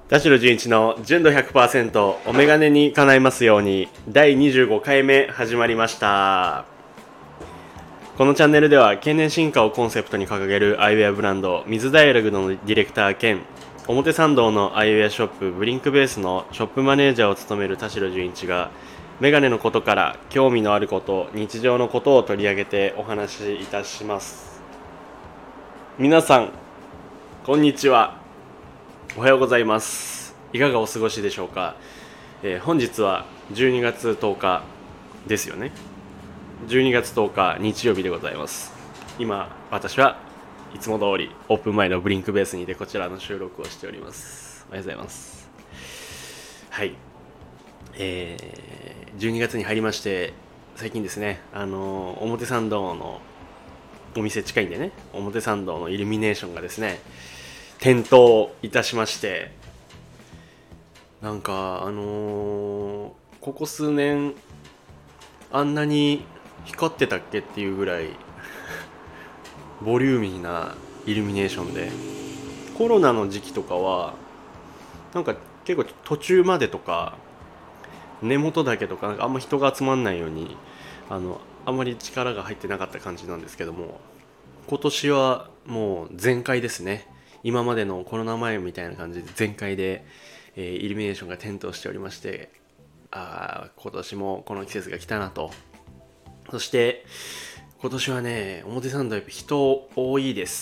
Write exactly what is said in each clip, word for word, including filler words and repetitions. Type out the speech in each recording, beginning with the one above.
田代純一の純度 ひゃくパーセント お眼鏡に叶いますようにだいにじゅうごかいめ始まりました。このチャンネルでは経年進化をコンセプトに掲げるアイウェアブランド水ダイアログのディレクター兼表参道のアイウェアショップブリンクベースのショップマネージャーを務める田代純一が眼鏡のことから興味のあること、日常のことを取り上げてお話しいたします。皆さんこんにちは、おはようございます。いかがお過ごしでしょうか。えー、本日はじゅうにがつとおかですよね。じゅうにがつとおか日曜日でございます。今私はいつも通りオープン前のブリンクベースにてこちらの収録をしております。おはようございます。はい、えー、じゅうにがつに入りまして、最近ですね、あのー、表参道のお店近いんでね、表参道のイルミネーションがですね点灯いたしまして、なんかあのー、ここ数年あんなに光ってたっけっていうぐらいボリューミーなイルミネーションで、コロナの時期とかはなんか結構途中までとか根元だけとか、なんかあんま人が集まんないようにあのあんまり力が入ってなかった感じなんですけども、今年はもう全開ですね。今までのコロナ前みたいな感じで全開で、えー、イルミネーションが点灯しておりまして、あ今年もこの季節が来たなと。そして今年はね、表参道やっぱ人多いです。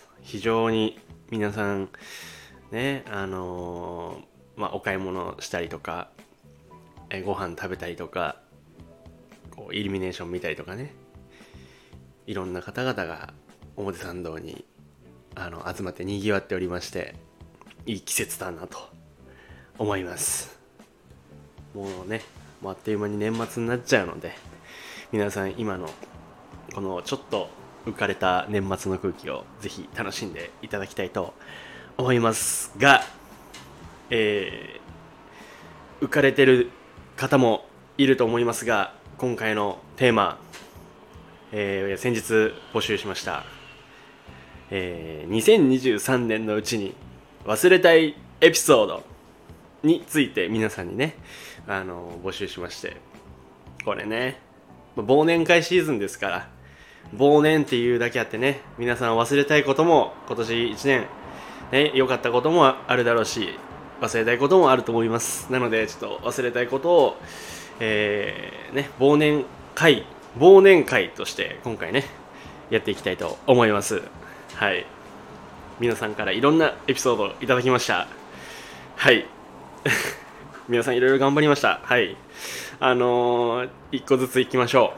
非常に皆さんね、あのー、まあお買い物したりとか、えー、ご飯食べたりとか、こうイルミネーション見たりとかね、いろんな方々が表参道にあの集まって賑わっておりまして、いい季節だなと思います。もうね、もうあっという間に年末になっちゃうので、皆さん今のこのちょっと浮かれた年末の空気をぜひ楽しんでいただきたいと思いますが、えー、浮かれてる方もいると思いますが、今回のテーマ、えー、先日募集しました、えー、にせんにじゅうさんねんのうちに忘れたいエピソードについて皆さんにね、あの募集しまして、これね、忘年会シーズンですから、忘年っていうだけあってね、皆さん忘れたいことも今年いちねんね、良かったこともあるだろうし、忘れたいこともあると思います。なのでちょっと忘れたいことを、えー、ね、忘年会忘年会として今回ねやっていきたいと思います。はい、皆さんからいろんなエピソードをいただきました。はい皆さんいろいろ頑張りました。はい、あのー、一個ずついきましょう。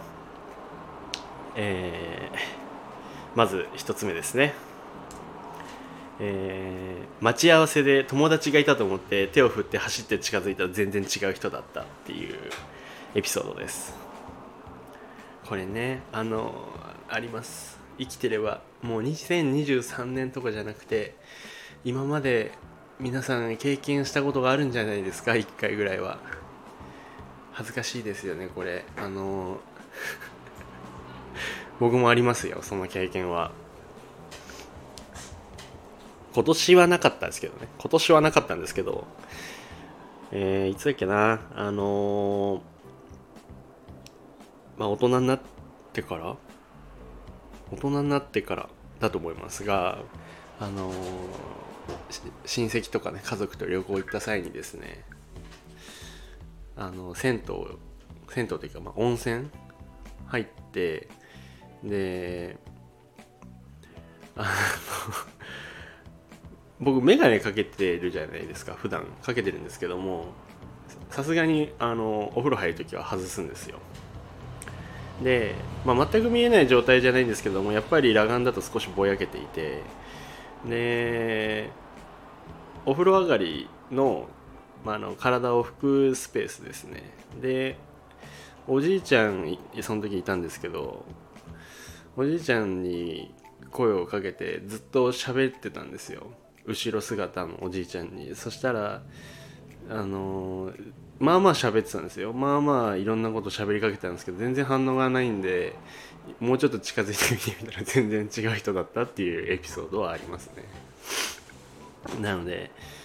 えー、まず一つ目ですね。えー、待ち合わせで友達がいたと思って手を振って走って近づいたら全然違う人だったっていうエピソードです。これね、あのー、あります。生きてればもうにせんにじゅうさんねんとかじゃなくて、今まで皆さん経験したことがあるんじゃないですか。いっかいぐらいは。恥ずかしいですよねこれ。あのー、僕もありますよ、その経験は。今年はなかったんですけどね今年はなかったんですけど、えー、いつだっけな、あのー、まあ大人になってから大人になってからだと思いますが、あのー、親戚とかね、家族と旅行行った際にですね、あの銭湯銭湯というか、まあ、温泉入って、であの僕メガネかけてるじゃないですか。普段かけてるんですけども、さすがにあのお風呂入るときは外すんですよ。で、まあ、全く見えない状態じゃないんですけども、やっぱり裸眼だと少しぼやけていて、でお風呂上がりの、まあ、あの体を拭くスペースですね。でおじいちゃんその時いたんですけど、おじいちゃんに声をかけてずっと喋ってたんですよ、後ろ姿のおじいちゃんに。そしたらあのー、まあまあ喋ってたんですよ。まあまあいろんなこと喋りかけてたんですけど全然反応がないんで、もうちょっと近づいてみてみたら全然違う人だったっていうエピソードはありますね。なので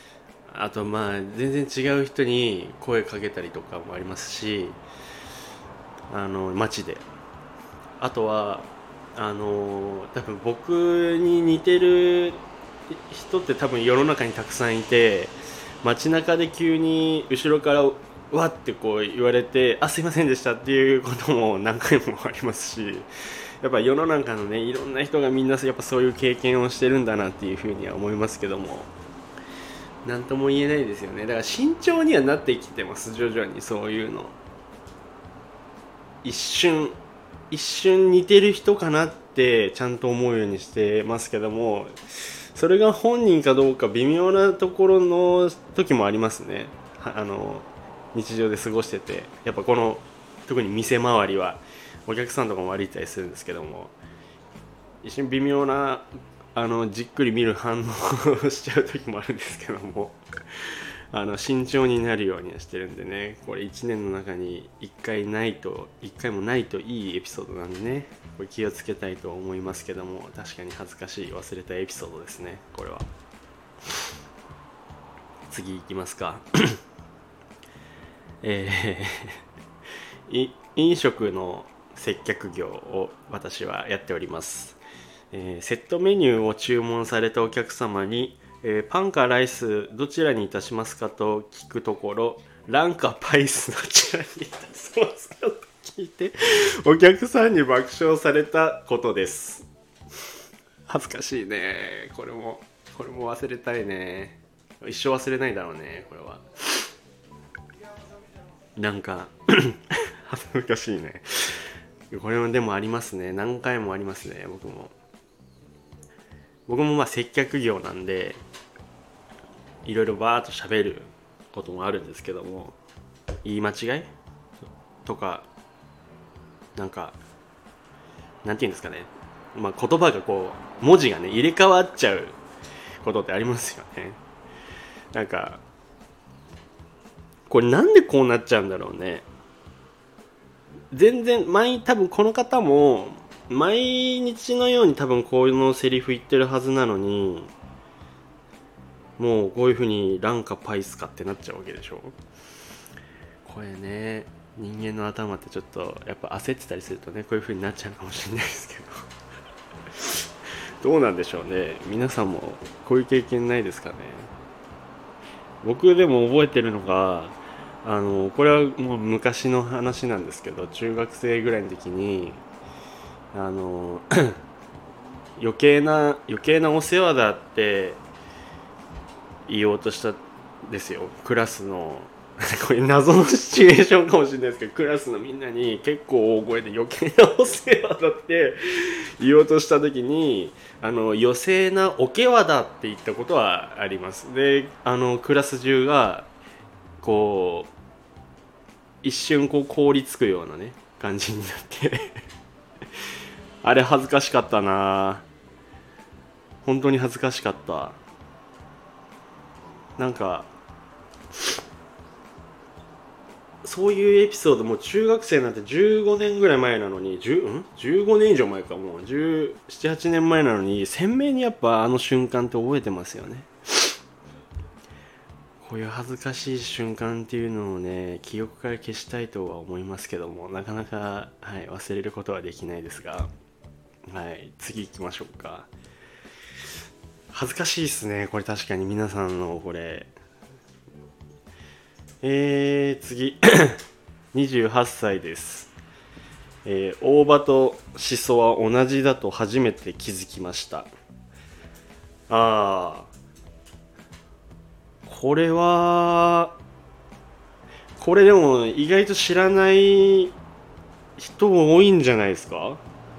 あとまあ全然違う人に声かけたりとかもありますし、あの街で、あとはあの多分僕に似てる人って多分世の中にたくさんいて、街中で急に後ろからわってこう言われて、あすいませんでしたっていうことも何回もありますし、やっぱ世の中のねいろんな人がみんなやっぱそういう経験をしてるんだなっていうふうには思いますけども、何とも言えないですよね。だから慎重にはなってきてます、徐々に。そういうの一瞬一瞬似てる人かなってちゃんと思うようにしてますけども、それが本人かどうか微妙なところの時もありますね。あの日常で過ごしてて、やっぱこの特に店周りはお客さんとかも歩いたりするんですけども、一瞬微妙なあのじっくり見る反応をしちゃう時もあるんですけどもあの慎重になるようにはしてるんでね。これいちねんの中にいっかいないといっかいもないといいエピソードなんでね、これ気をつけたいと思いますけども、確かに恥ずかしい忘れたエピソードですね、これは。次いきますかえー、飲食の接客業を私はやっております。えー、セットメニューを注文されたお客様に、えー、パンかライスどちらにいたしますかと聞くところ、ランかパイスどちらにいたしますかと聞いてお客さんに爆笑されたことです。恥ずかしいね、これもこれも忘れたいね。一生忘れないだろうね、これは。なんか恥ずかしいね。これもでもありますね、何回もありますね。僕も僕もまあ接客業なんでいろいろバーッと喋ることもあるんですけども、言い間違いとか、なんかなんていうんですかね、まあ、言葉がこう文字がね入れ替わっちゃうことってありますよね。なんかこれなんでこうなっちゃうんだろうね。全然前多分この方も毎日のように多分こういうのセリフ言ってるはずなのに、もうこういう風にランかパイスかってなっちゃうわけでしょ。これね、人間の頭ってちょっとやっぱ焦ってたりするとね、こういう風になっちゃうかもしれないですけどどうなんでしょうね。皆さんもこういう経験ないですかね。僕でも覚えてるのが、あのこれはもう昔の話なんですけど、中学生ぐらいの時にあの余計な余計なお世話だって言おうとしたんですよ、クラスのこれ謎のシチュエーションかもしれないですけど、クラスのみんなに結構大声で余計なお世話だって言おうとした時に、あの余計なお世話だって言ったことはあります。で、あのクラス中がこう一瞬こう凍りつくようなね感じになってあれ恥ずかしかったな、本当に恥ずかしかった。なんかそういうエピソードも中学生なんてじゅうごねんぐらい前なのに、じゅう、ん ?じゅうご 年以上前か、もうじゅうなな、はちねんまえなのに鮮明にやっぱあの瞬間って覚えてますよね。こういう恥ずかしい瞬間っていうのをね、記憶から消したいとは思いますけども、なかなか、はい、忘れることはできないですが、はい、次行きましょうか。恥ずかしいですね、これ確かに皆さんのこれ。えー、次にじゅうはっさいです。えー、大葉とシソは同じだと初めて気づきました。あー、これはこれでも意外と知らない人多いんじゃないですか。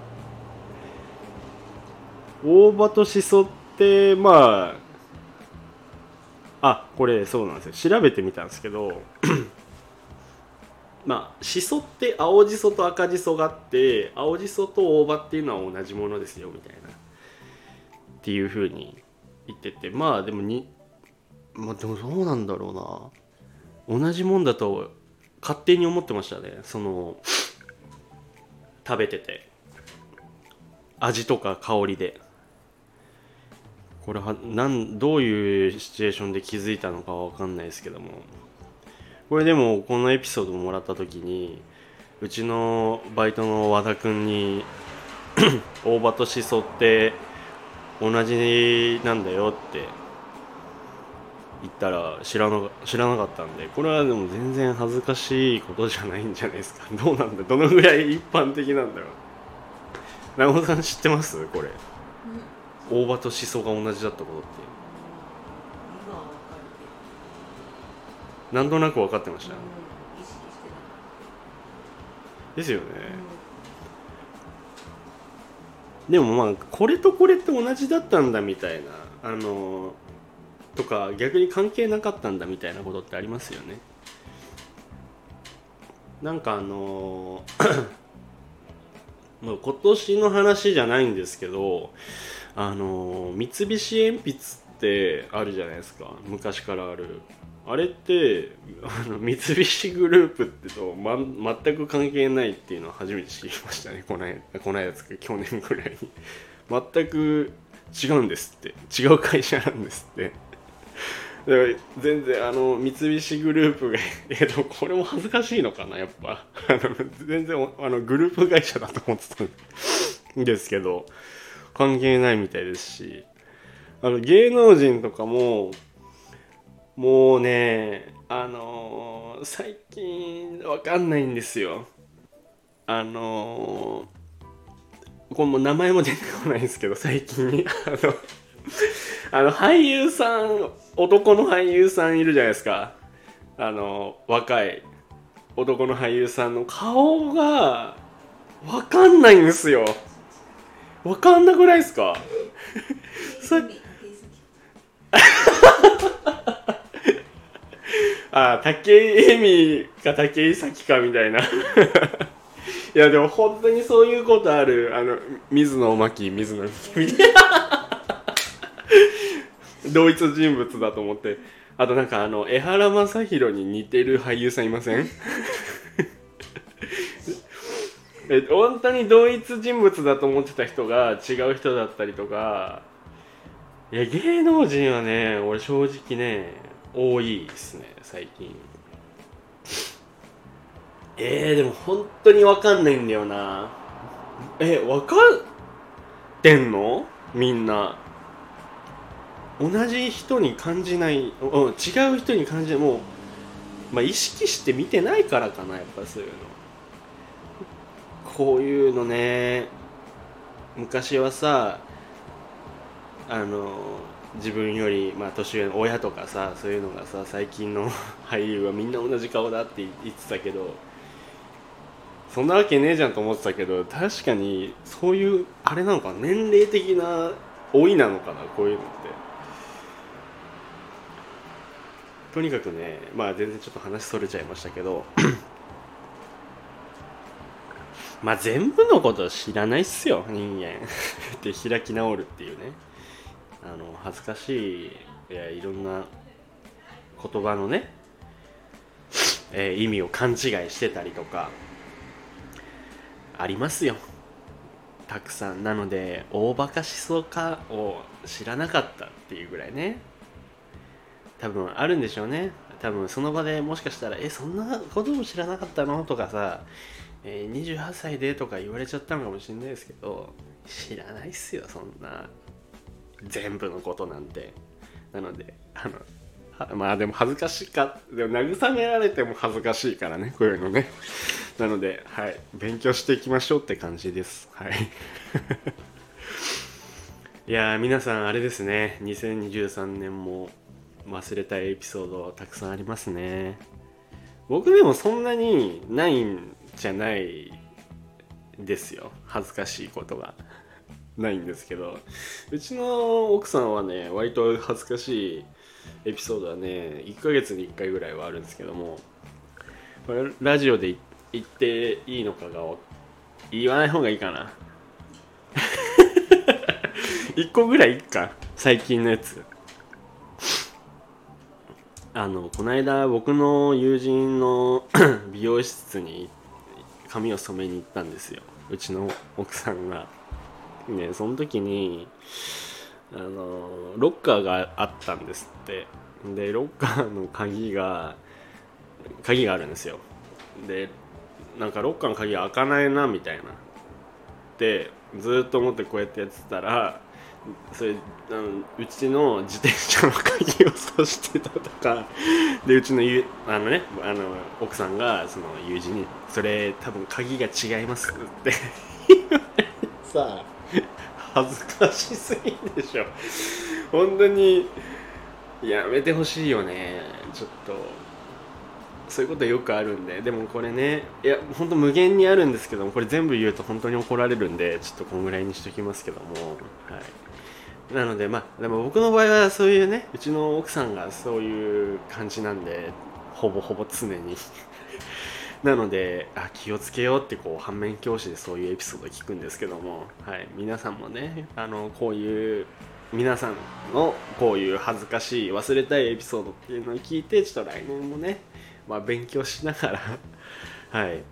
大葉とシソってまあ、あ、これそうなんですよ、調べてみたんですけどまあ、シソって青じそと赤じそがあって、青じそと大葉っていうのは同じものですよみたいなっていう風に言ってて、まあでもにまあでもどうなんだろうな、同じもんだと勝手に思ってましたね。その食べてて味とか香りで、 これはなんどういうシチュエーションで気づいたのかは分かんないですけども、これでもこのエピソードもらった時にうちのバイトの和田君に大葉としそって同じなんだよって言ったら知らな知らなかったんで、これはでも全然恥ずかしいことじゃないんじゃないですか。どうなんだ、どのぐらい一般的なんだろう。長尾さん知ってます？これ大葉としそが同じだったことってなんとなく分かってました、ですよね。でもまあこれとこれって同じだったんだみたいな、あのとか逆に関係なかったんだみたいなことってありますよね。なんかあのもう今年の話じゃないんですけど、あの三菱鉛筆ってあるじゃないですか、昔からある。あれってあの三菱グループってと、ま、全く関係ないっていうのを初めて知りましたね。この間この間ですか、去年ぐらいに全く違うんですって、違う会社なんですって。だから全然あの三菱グループがえっとこれも恥ずかしいのかな、やっぱあの全然あのグループ会社だと思ってたんですけど関係ないみたいですし、あの芸能人とかももうね、あのー、最近わかんないんですよ。あのー、これも名前も出てこないんですけど、最近あのあの俳優さん、男の俳優さんいるじゃないですか。あの若い男の俳優さんの顔がわかんないんですよ。わかんなくないですか？さあ、武井絵美か武井咲かみたいな。いやでも本当にそういうことある。あの水野真紀、水野美紀みたいな同一人物だと思って。あとなんかあの江原正宏に似てる俳優さんいません？え本当に同一人物だと思ってた人が違う人だったりとか。いや芸能人はね、俺正直ね多いですね最近。えー、でも本当に分かんないんだよな。え、分かってんの？みんな同じ人に感じない、うん、違う人に感じない。もう、まあ、意識して見てないからかな、やっぱそういうの。こういうのね、昔はさ、あの自分より、まあ、年上の親とかさ、そういうのがさ、最近の俳優はみんな同じ顔だって言ってたけど、そんなわけねえじゃんと思ってたけど、確かにそういうあれなのか、年齢的な老いなのかな、こういうのって。とにかくね、まあ全然ちょっと話それちゃいましたけどまあ全部のこと知らないっすよ人間って開き直るっていうね、あの恥ずかしい、いやいろんな言葉のね、えー意味を勘違いしてたりとかありますよ、たくさん。なので大バカ思想家を知らなかったっていうぐらいね、多分あるんでしょうね。多分その場でもしかしたら「えそんなことも知らなかったの?」とかさ、えー、にじゅうはっさいでとか言われちゃったのかもしれないですけど、知らないっすよそんな全部のことなんて。なのであのまあでも恥ずかしいか、でも慰められても恥ずかしいからね、こういうのね。なので、はい、勉強していきましょうって感じです。はいいやー皆さんあれですね、にせんにじゅうさんねんも忘れたいエピソードたくさんありますね。僕でもそんなにないんじゃないですよ、恥ずかしいことがないんですけど、うちの奥さんはね割と恥ずかしいエピソードはねいっかげつにいっかいぐらいはあるんですけども、これラジオで言っていいのかが言わない方がいいかないっこぐらいいっか、最近のやつ。あのこの間僕の友人の美容室に髪を染めに行ったんですよ、うちの奥さんがね。その時にあのロッカーがあったんですって。でロッカーの鍵が鍵があるんですよ。でなんかロッカーの鍵開かないなみたいなでずっと思ってこうやってやってたら、それあのうちの自転車の鍵を挿してたとかで、うちのゆあのねあの奥さんがその友人にそれ多分鍵が違いますって言われてさ、恥ずかしすぎでしょ本当に。やめてほしいよね。ちょっとそういうことよくあるんで。でもこれね、いや本当無限にあるんですけども、これ全部言うと本当に怒られるんで、ちょっとこんぐらいにしときますけども、はい。なので、まあでも僕の場合はそういうね、うちの奥さんがそういう感じなんで、ほぼほぼ常になので、あ、気をつけようってこう反面教師でそういうエピソードを聞くんですけども、はい、皆さんもね、あのこういう皆さんのこういう恥ずかしい忘れたいエピソードっていうのを聞いて、ちょっと来年もね、まあ、勉強しながらはい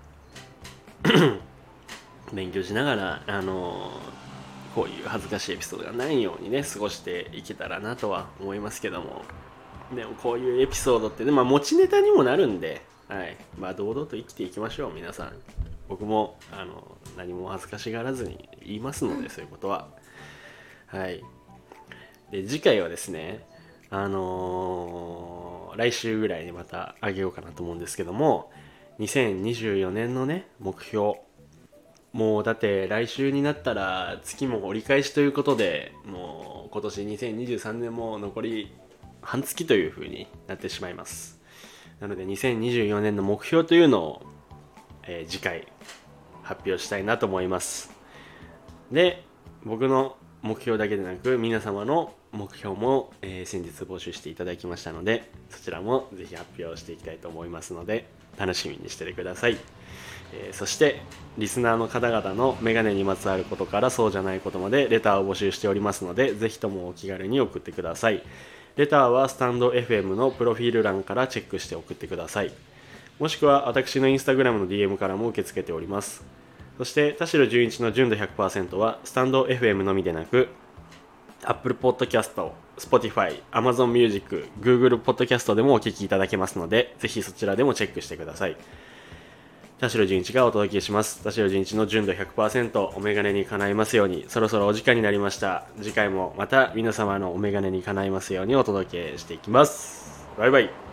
勉強しながら、あのこういう恥ずかしいエピソードがないようにね過ごしていけたらなとは思いますけども、でもこういうエピソードってね、まあ、持ちネタにもなるんで、はい、まあ堂々と生きていきましょう皆さん。僕もあの何も恥ずかしがらずに言いますので、そういうことは。はい。で次回はですね、あのー来週ぐらいにまたあげようかなと思うんですけども、にせんにじゅうよねんのね目標、もうだって来週になったら月も折り返しということで、もう今年にせんにじゅうさんねんも残り半月という風になってしまいます。なのでにせんにじゅうよねんの目標というのを、えー次回発表したいなと思います。で僕の目標だけでなく皆様の目標も、えー先日募集していただきましたので、そちらもぜひ発表していきたいと思いますので楽しみにしててください。えーそしてリスナーの方々のメガネにまつわることからそうじゃないことまでレターを募集しておりますので、ぜひともお気軽に送ってください。レターはスタンド エフエム のプロフィール欄からチェックして送ってください。もしくは私のインスタグラムの ディーエム からも受け付けております。そして田代純一の純度 ひゃくパーセント はスタンド エフエム のみでなく Apple Podcast、Spotify、Amazon Music、Google Podcast でもお聞きいただけますので、ぜひそちらでもチェックしてください。田代純一がお届けします。田代純一の純度 ひゃくパーセント お眼鏡に叶いますように。そろそろお時間になりました。次回もまた皆様のお眼鏡に叶いますようにお届けしていきます。バイバイ。